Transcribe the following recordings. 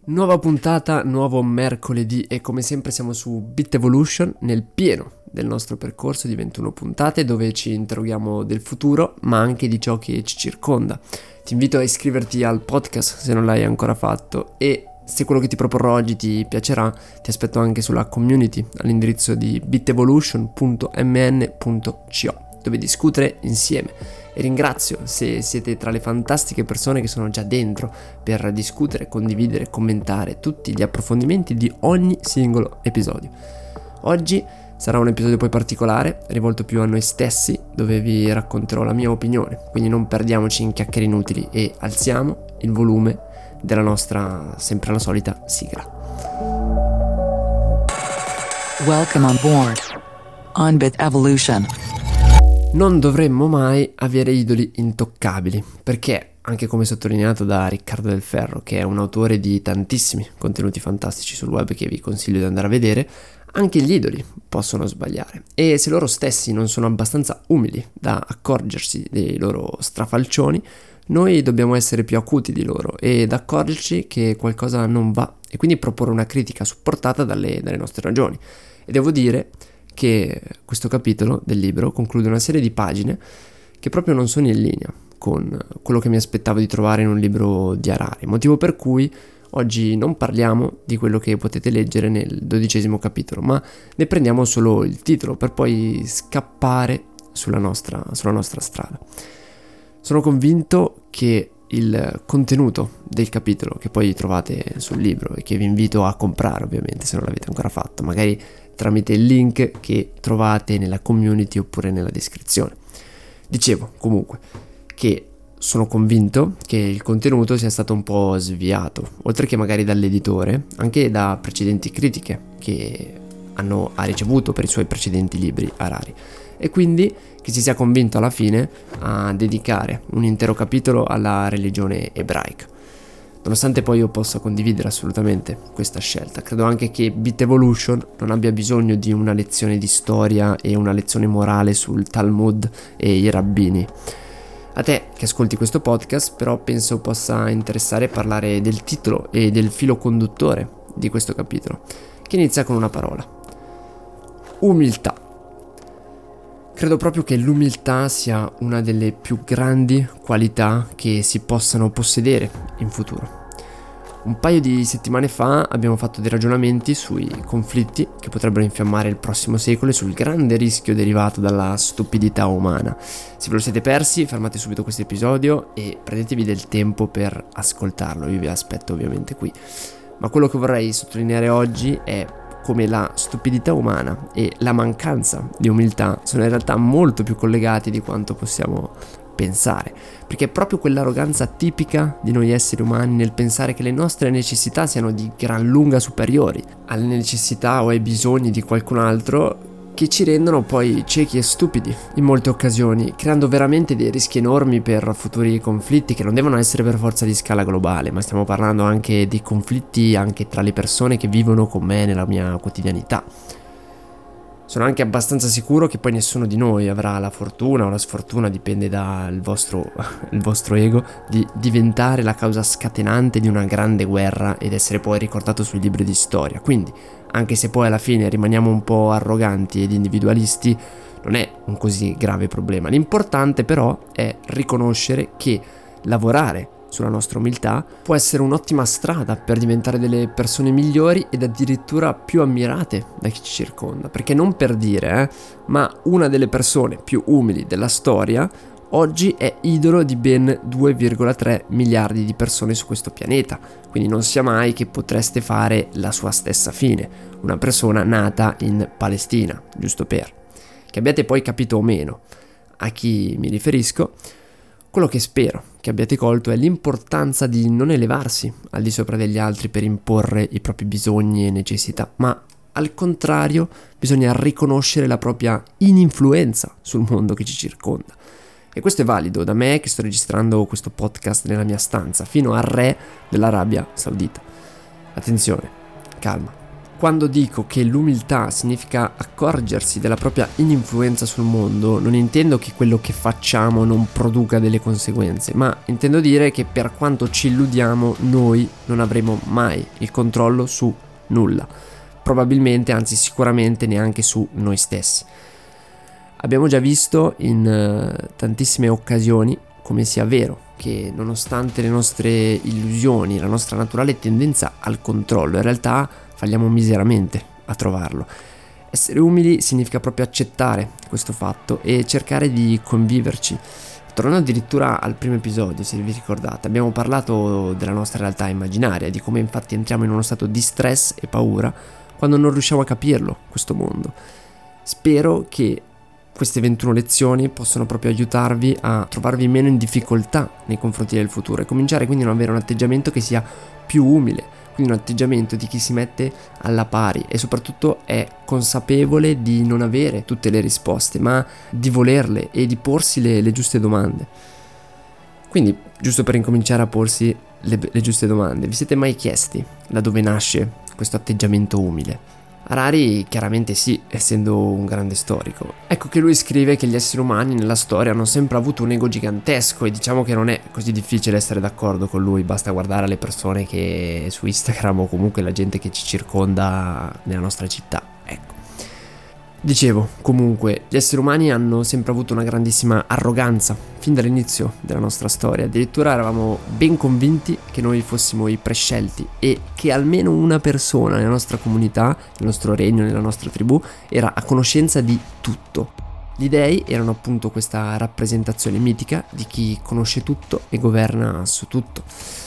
Nuova puntata, nuovo mercoledì e come sempre siamo su Bit Evolution nel pieno del nostro percorso di 21 puntate dove ci interroghiamo del futuro ma anche di ciò che ci circonda. Ti invito a iscriverti al podcast se non l'hai ancora fatto e se quello che ti proporrò oggi ti piacerà ti aspetto anche sulla community all'indirizzo di bitevolution.mn.co dove discutere insieme. E ringrazio se siete tra le fantastiche persone che sono già dentro per discutere, condividere, commentare tutti gli approfondimenti di ogni singolo episodio. Oggi sarà un episodio poi particolare, rivolto più a noi stessi, dove vi racconterò la mia opinione, quindi non perdiamoci in chiacchiere inutili e alziamo il volume della nostra, sempre la solita, sigla. Welcome on board on Bit Evolution. Non dovremmo mai avere idoli intoccabili, perché, anche come sottolineato da Riccardo Del Ferro, che è un autore di tantissimi contenuti fantastici sul web che vi consiglio di andare a vedere, anche gli idoli possono sbagliare. E se loro stessi non sono abbastanza umili da accorgersi dei loro strafalcioni, noi dobbiamo essere più acuti di loro ed accorgerci che qualcosa non va e quindi proporre una critica supportata dalle nostre ragioni. E devo dire che questo capitolo del libro conclude una serie di pagine che proprio non sono in linea con quello che mi aspettavo di trovare in un libro di Harari, motivo per cui oggi non parliamo di quello che potete leggere nel 12° capitolo, ma ne prendiamo solo il titolo per poi scappare sulla nostra strada. Sono convinto che il contenuto del capitolo, che poi trovate sul libro e che vi invito a comprare ovviamente se non l'avete ancora fatto, magari tramite il link che trovate nella community oppure nella descrizione. Dicevo comunque che sono convinto che il contenuto sia stato un po' sviato, oltre che magari dall'editore, anche da precedenti critiche che ha ricevuto per i suoi precedenti libri Harari, e quindi che si sia convinto alla fine a dedicare un intero capitolo alla religione ebraica. Nonostante poi io possa condividere assolutamente questa scelta, credo anche che Bit Evolution non abbia bisogno di una lezione di storia e una lezione morale sul Talmud e i rabbini. A te che ascolti questo podcast però penso possa interessare parlare del titolo e del filo conduttore di questo capitolo, che inizia con una parola: umiltà. Credo proprio che l'umiltà sia una delle più grandi qualità che si possano possedere in futuro. Un paio di settimane fa abbiamo fatto dei ragionamenti sui conflitti che potrebbero infiammare il prossimo secolo e sul grande rischio derivato dalla stupidità umana. Se ve lo siete persi, fermate subito questo episodio e prendetevi del tempo per ascoltarlo, io vi aspetto ovviamente qui. Ma quello che vorrei sottolineare oggi è come la stupidità umana e la mancanza di umiltà sono in realtà molto più collegati di quanto possiamo pensare, perché è proprio quell'arroganza tipica di noi esseri umani nel pensare che le nostre necessità siano di gran lunga superiori alle necessità o ai bisogni di qualcun altro, che ci rendono poi ciechi e stupidi in molte occasioni, creando veramente dei rischi enormi per futuri conflitti che non devono essere per forza di scala globale, ma stiamo parlando anche di conflitti anche tra le persone che vivono con me nella mia quotidianità. Sono anche abbastanza sicuro che poi nessuno di noi avrà la fortuna o la sfortuna, dipende dal vostro ego, di diventare la causa scatenante di una grande guerra ed essere poi ricordato sui libri di storia. Quindi, anche se poi alla fine rimaniamo un po' arroganti ed individualisti, non è un così grave problema. L'importante però è riconoscere che lavorare sulla nostra umiltà può essere un'ottima strada per diventare delle persone migliori ed addirittura più ammirate da chi ci circonda, perché non per dire, ma una delle persone più umili della storia oggi è idolo di ben 2,3 miliardi di persone su questo pianeta, quindi non sia mai che potreste fare la sua stessa fine, una persona nata in Palestina, giusto per. Che abbiate poi capito o meno a chi mi riferisco, quello che spero che abbiate colto è l'importanza di non elevarsi al di sopra degli altri per imporre i propri bisogni e necessità, ma al contrario bisogna riconoscere la propria ininfluenza sul mondo che ci circonda. E questo è valido da me che sto registrando questo podcast nella mia stanza, fino al re dell'Arabia Saudita. Attenzione, calma, Quando dico che l'umiltà significa accorgersi della propria ininfluenza sul mondo, non intendo che quello che facciamo non produca delle conseguenze, ma intendo dire che per quanto ci illudiamo, noi non avremo mai il controllo su nulla, probabilmente, anzi sicuramente neanche su noi stessi. Abbiamo già visto in tantissime occasioni come sia vero che nonostante le nostre illusioni, la nostra naturale tendenza al controllo, in realtà falliamo miseramente a trovarlo. Essere umili significa proprio accettare questo fatto e cercare di conviverci. Tornando addirittura al primo episodio, se vi ricordate, abbiamo parlato della nostra realtà immaginaria, di come infatti entriamo in uno stato di stress e paura quando non riusciamo a capirlo, questo mondo. Spero che queste 21 lezioni possano proprio aiutarvi a trovarvi meno in difficoltà nei confronti del futuro e cominciare quindi ad avere un atteggiamento che sia più umile, quindi un atteggiamento di chi si mette alla pari e soprattutto è consapevole di non avere tutte le risposte, ma di volerle e di porsi le giuste domande. Quindi, giusto per incominciare a porsi le giuste domande, vi siete mai chiesti da dove nasce questo atteggiamento umile? Harari chiaramente sì, essendo un grande storico. Ecco che lui scrive che gli esseri umani nella storia hanno sempre avuto un ego gigantesco e diciamo che non è così difficile essere d'accordo con lui, basta guardare le persone che su Instagram o comunque la gente che ci circonda nella nostra città. Ecco. Dicevo, comunque, gli esseri umani hanno sempre avuto una grandissima arroganza fin dall'inizio della nostra storia. Addirittura eravamo ben convinti che noi fossimo i prescelti e che almeno una persona nella nostra comunità, nel nostro regno, nella nostra tribù, era a conoscenza di tutto. Gli dei erano appunto questa rappresentazione mitica di chi conosce tutto e governa su tutto.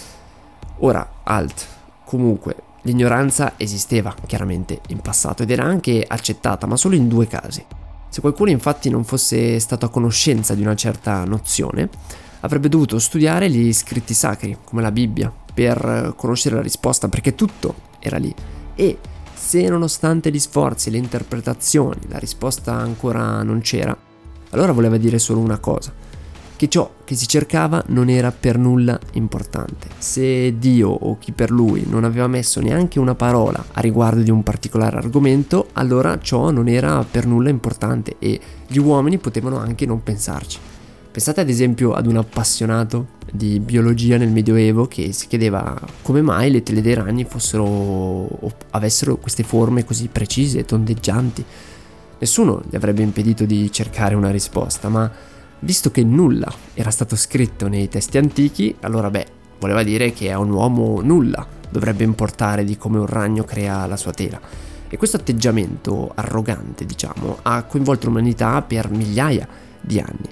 Ora, comunque, l'ignoranza esisteva chiaramente in passato ed era anche accettata, ma solo in 2 casi. Se qualcuno infatti non fosse stato a conoscenza di una certa nozione, avrebbe dovuto studiare gli scritti sacri, come la Bibbia, per conoscere la risposta, perché tutto era lì. E se nonostante gli sforzi e le interpretazioni la risposta ancora non c'era, allora voleva dire solo una cosa: che ciò che si cercava non era per nulla importante. Se Dio o chi per lui non aveva messo neanche una parola a riguardo di un particolare argomento, allora ciò non era per nulla importante e gli uomini potevano anche non pensarci. Pensate ad esempio ad un appassionato di biologia nel Medioevo che si chiedeva come mai le tele dei ragni avessero queste forme così precise e tondeggianti. Nessuno gli avrebbe impedito di cercare una risposta, ma visto che nulla era stato scritto nei testi antichi, allora voleva dire che a un uomo nulla dovrebbe importare di come un ragno crea la sua tela. E questo atteggiamento arrogante, diciamo, ha coinvolto l'umanità per migliaia di anni.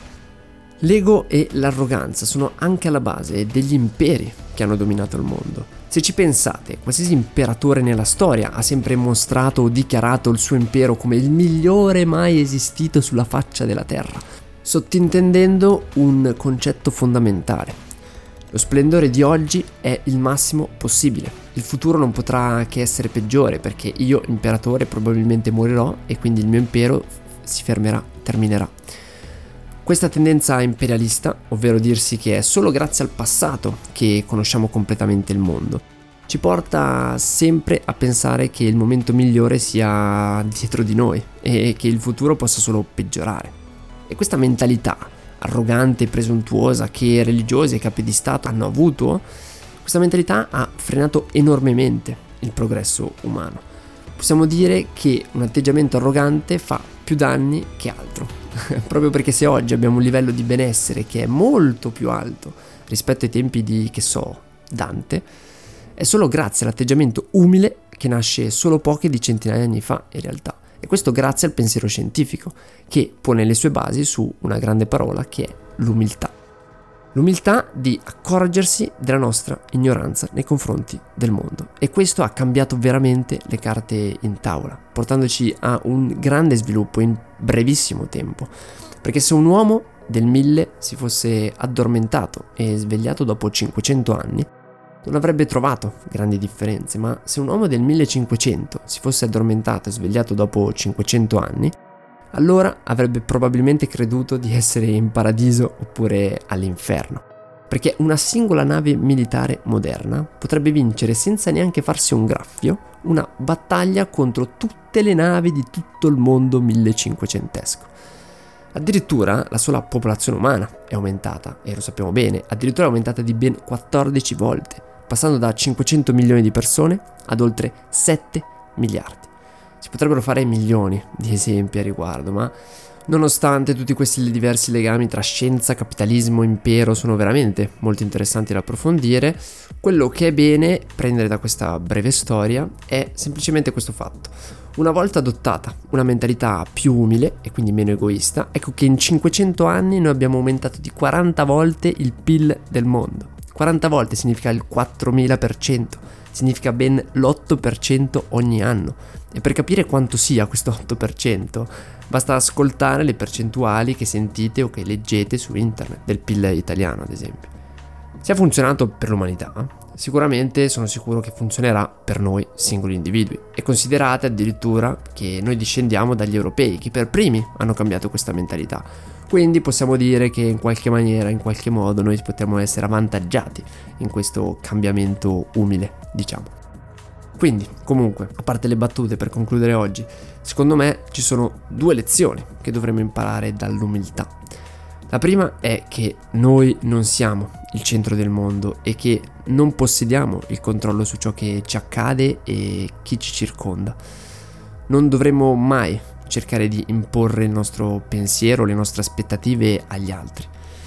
L'ego e l'arroganza sono anche alla base degli imperi che hanno dominato il mondo. Se ci pensate, qualsiasi imperatore nella storia ha sempre mostrato o dichiarato il suo impero come il migliore mai esistito sulla faccia della terra, sottintendendo un concetto fondamentale: lo splendore di oggi è il massimo possibile, il futuro non potrà che essere peggiore perché io, imperatore, probabilmente morirò e quindi il mio impero si fermerà, terminerà. Questa tendenza imperialista, ovvero dirsi che è solo grazie al passato che conosciamo completamente il mondo, ci porta sempre a pensare che il momento migliore sia dietro di noi e che il futuro possa solo peggiorare. E questa mentalità arrogante e presuntuosa che religiosi e capi di Stato hanno avuto, questa mentalità ha frenato enormemente il progresso umano. Possiamo dire che un atteggiamento arrogante fa più danni che altro, proprio perché se oggi abbiamo un livello di benessere che è molto più alto rispetto ai tempi di, Dante, è solo grazie all'atteggiamento umile che nasce solo poche centinaia di anni fa in realtà. E questo grazie al pensiero scientifico, che pone le sue basi su una grande parola che è l'umiltà. L'umiltà di accorgersi della nostra ignoranza nei confronti del mondo. E questo ha cambiato veramente le carte in tavola, portandoci a un grande sviluppo in brevissimo tempo. Perché se un uomo del 1000 si fosse addormentato e svegliato dopo 500 anni, non avrebbe trovato grandi differenze, ma se un uomo del 1500 si fosse addormentato e svegliato dopo 500 anni, allora avrebbe probabilmente creduto di essere in paradiso oppure all'inferno. Perché una singola nave militare moderna potrebbe vincere senza neanche farsi un graffio una battaglia contro tutte le navi di tutto il mondo 1500esco. Addirittura la sola popolazione umana è aumentata, e lo sappiamo bene, addirittura è aumentata di ben 14 volte, passando da 500 milioni di persone ad oltre 7 miliardi. Si potrebbero fare milioni di esempi a riguardo, ma nonostante tutti questi diversi legami tra scienza, capitalismo, impero sono veramente molto interessanti da approfondire, quello che è bene prendere da questa breve storia è semplicemente questo fatto. Una volta adottata una mentalità più umile e quindi meno egoista, ecco che in 500 anni noi abbiamo aumentato di 40 volte il PIL del mondo. 40 volte significa il 4000%, significa ben l'8% ogni anno. E per capire quanto sia questo 8%, basta ascoltare le percentuali che sentite o che leggete su internet, del PIL italiano ad esempio. Se ha funzionato per l'umanità, sicuramente sono sicuro che funzionerà per noi singoli individui. E considerate addirittura che noi discendiamo dagli europei, che per primi hanno cambiato questa mentalità. Quindi possiamo dire che in qualche maniera, in qualche modo, noi potremmo essere avvantaggiati in questo cambiamento umile, diciamo. Quindi, comunque, a parte le battute per concludere oggi, secondo me ci sono 2 lezioni che dovremmo imparare dall'umiltà. La prima è che noi non siamo il centro del mondo e che non possediamo il controllo su ciò che ci accade e chi ci circonda. Non dovremmo mai cercare di imporre il nostro pensiero, le nostre aspettative agli altri.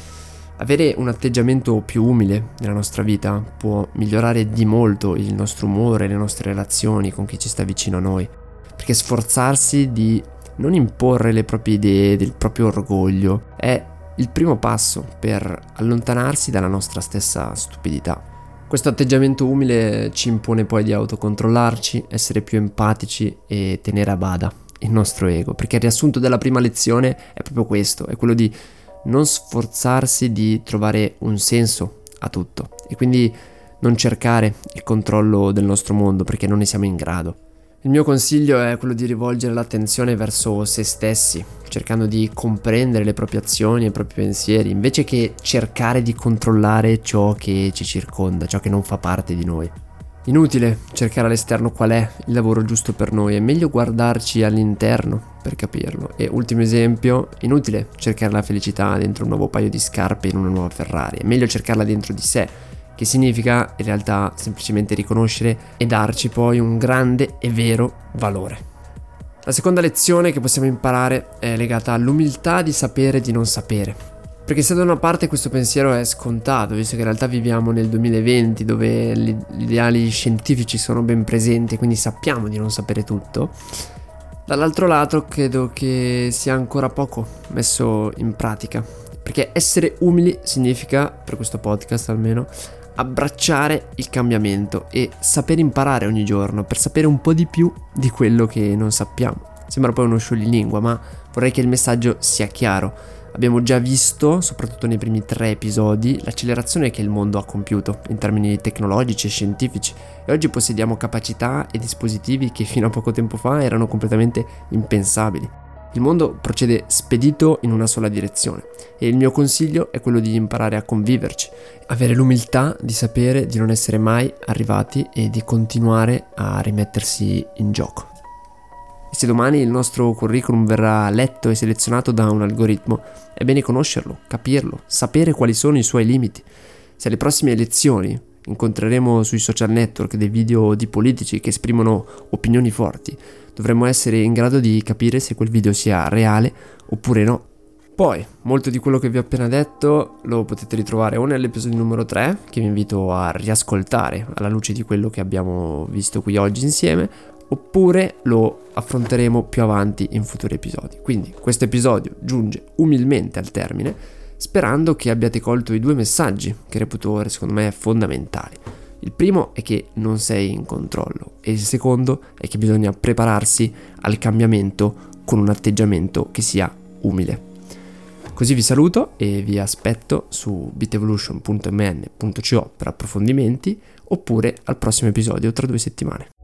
Avere un atteggiamento più umile nella nostra vita può migliorare di molto il nostro umore, le nostre relazioni con chi ci sta vicino a noi, perché sforzarsi di non imporre le proprie idee, del proprio orgoglio, è il primo passo per allontanarsi dalla nostra stessa stupidità. Questo atteggiamento umile ci impone poi di autocontrollarci, essere più empatici e tenere a bada il nostro ego, perché il riassunto della prima lezione è proprio questo, è quello di non sforzarsi di trovare un senso a tutto e quindi non cercare il controllo del nostro mondo perché non ne siamo in grado. Il mio consiglio è quello di rivolgere l'attenzione verso se stessi, cercando di comprendere le proprie azioni e i propri pensieri, invece che cercare di controllare ciò che ci circonda, ciò che non fa parte di noi. Inutile cercare all'esterno qual è il lavoro giusto per noi, è meglio guardarci all'interno per capirlo. E ultimo esempio, inutile cercare la felicità dentro un nuovo paio di scarpe in una nuova Ferrari, è meglio cercarla dentro di sé, che significa in realtà semplicemente riconoscere e darci poi un grande e vero valore. La seconda lezione che possiamo imparare è legata all'umiltà di sapere di non sapere. Perché se da una parte questo pensiero è scontato, visto che in realtà viviamo nel 2020 dove gli ideali scientifici sono ben presenti, quindi sappiamo di non sapere tutto, dall'altro lato credo che sia ancora poco messo in pratica. Perché essere umili significa, per questo podcast almeno, abbracciare il cambiamento e saper imparare ogni giorno per sapere un po' di più di quello che non sappiamo. Sembra poi uno scioglilingua, ma vorrei che il messaggio sia chiaro. Abbiamo già visto, soprattutto nei primi 3 episodi, l'accelerazione che il mondo ha compiuto in termini tecnologici e scientifici e oggi possediamo capacità e dispositivi che fino a poco tempo fa erano completamente impensabili. Il mondo procede spedito in una sola direzione e il mio consiglio è quello di imparare a conviverci, avere l'umiltà di sapere di non essere mai arrivati e di continuare a rimettersi in gioco. E se domani il nostro curriculum verrà letto e selezionato da un algoritmo, è bene conoscerlo, capirlo, sapere quali sono i suoi limiti. Se alle prossime elezioni incontreremo sui social network dei video di politici che esprimono opinioni forti, dovremmo essere in grado di capire se quel video sia reale oppure no. Poi, molto di quello che vi ho appena detto lo potete ritrovare o nell'episodio numero 3, che vi invito a riascoltare alla luce di quello che abbiamo visto qui oggi insieme, oppure lo affronteremo più avanti in futuri episodi. Quindi questo episodio giunge umilmente al termine, sperando che abbiate colto i 2 messaggi che reputo secondo me fondamentali. Il primo è che non sei in controllo e il secondo è che bisogna prepararsi al cambiamento con un atteggiamento che sia umile. Così vi saluto e vi aspetto su bitevolution.mn.co per approfondimenti oppure al prossimo episodio tra 2 settimane.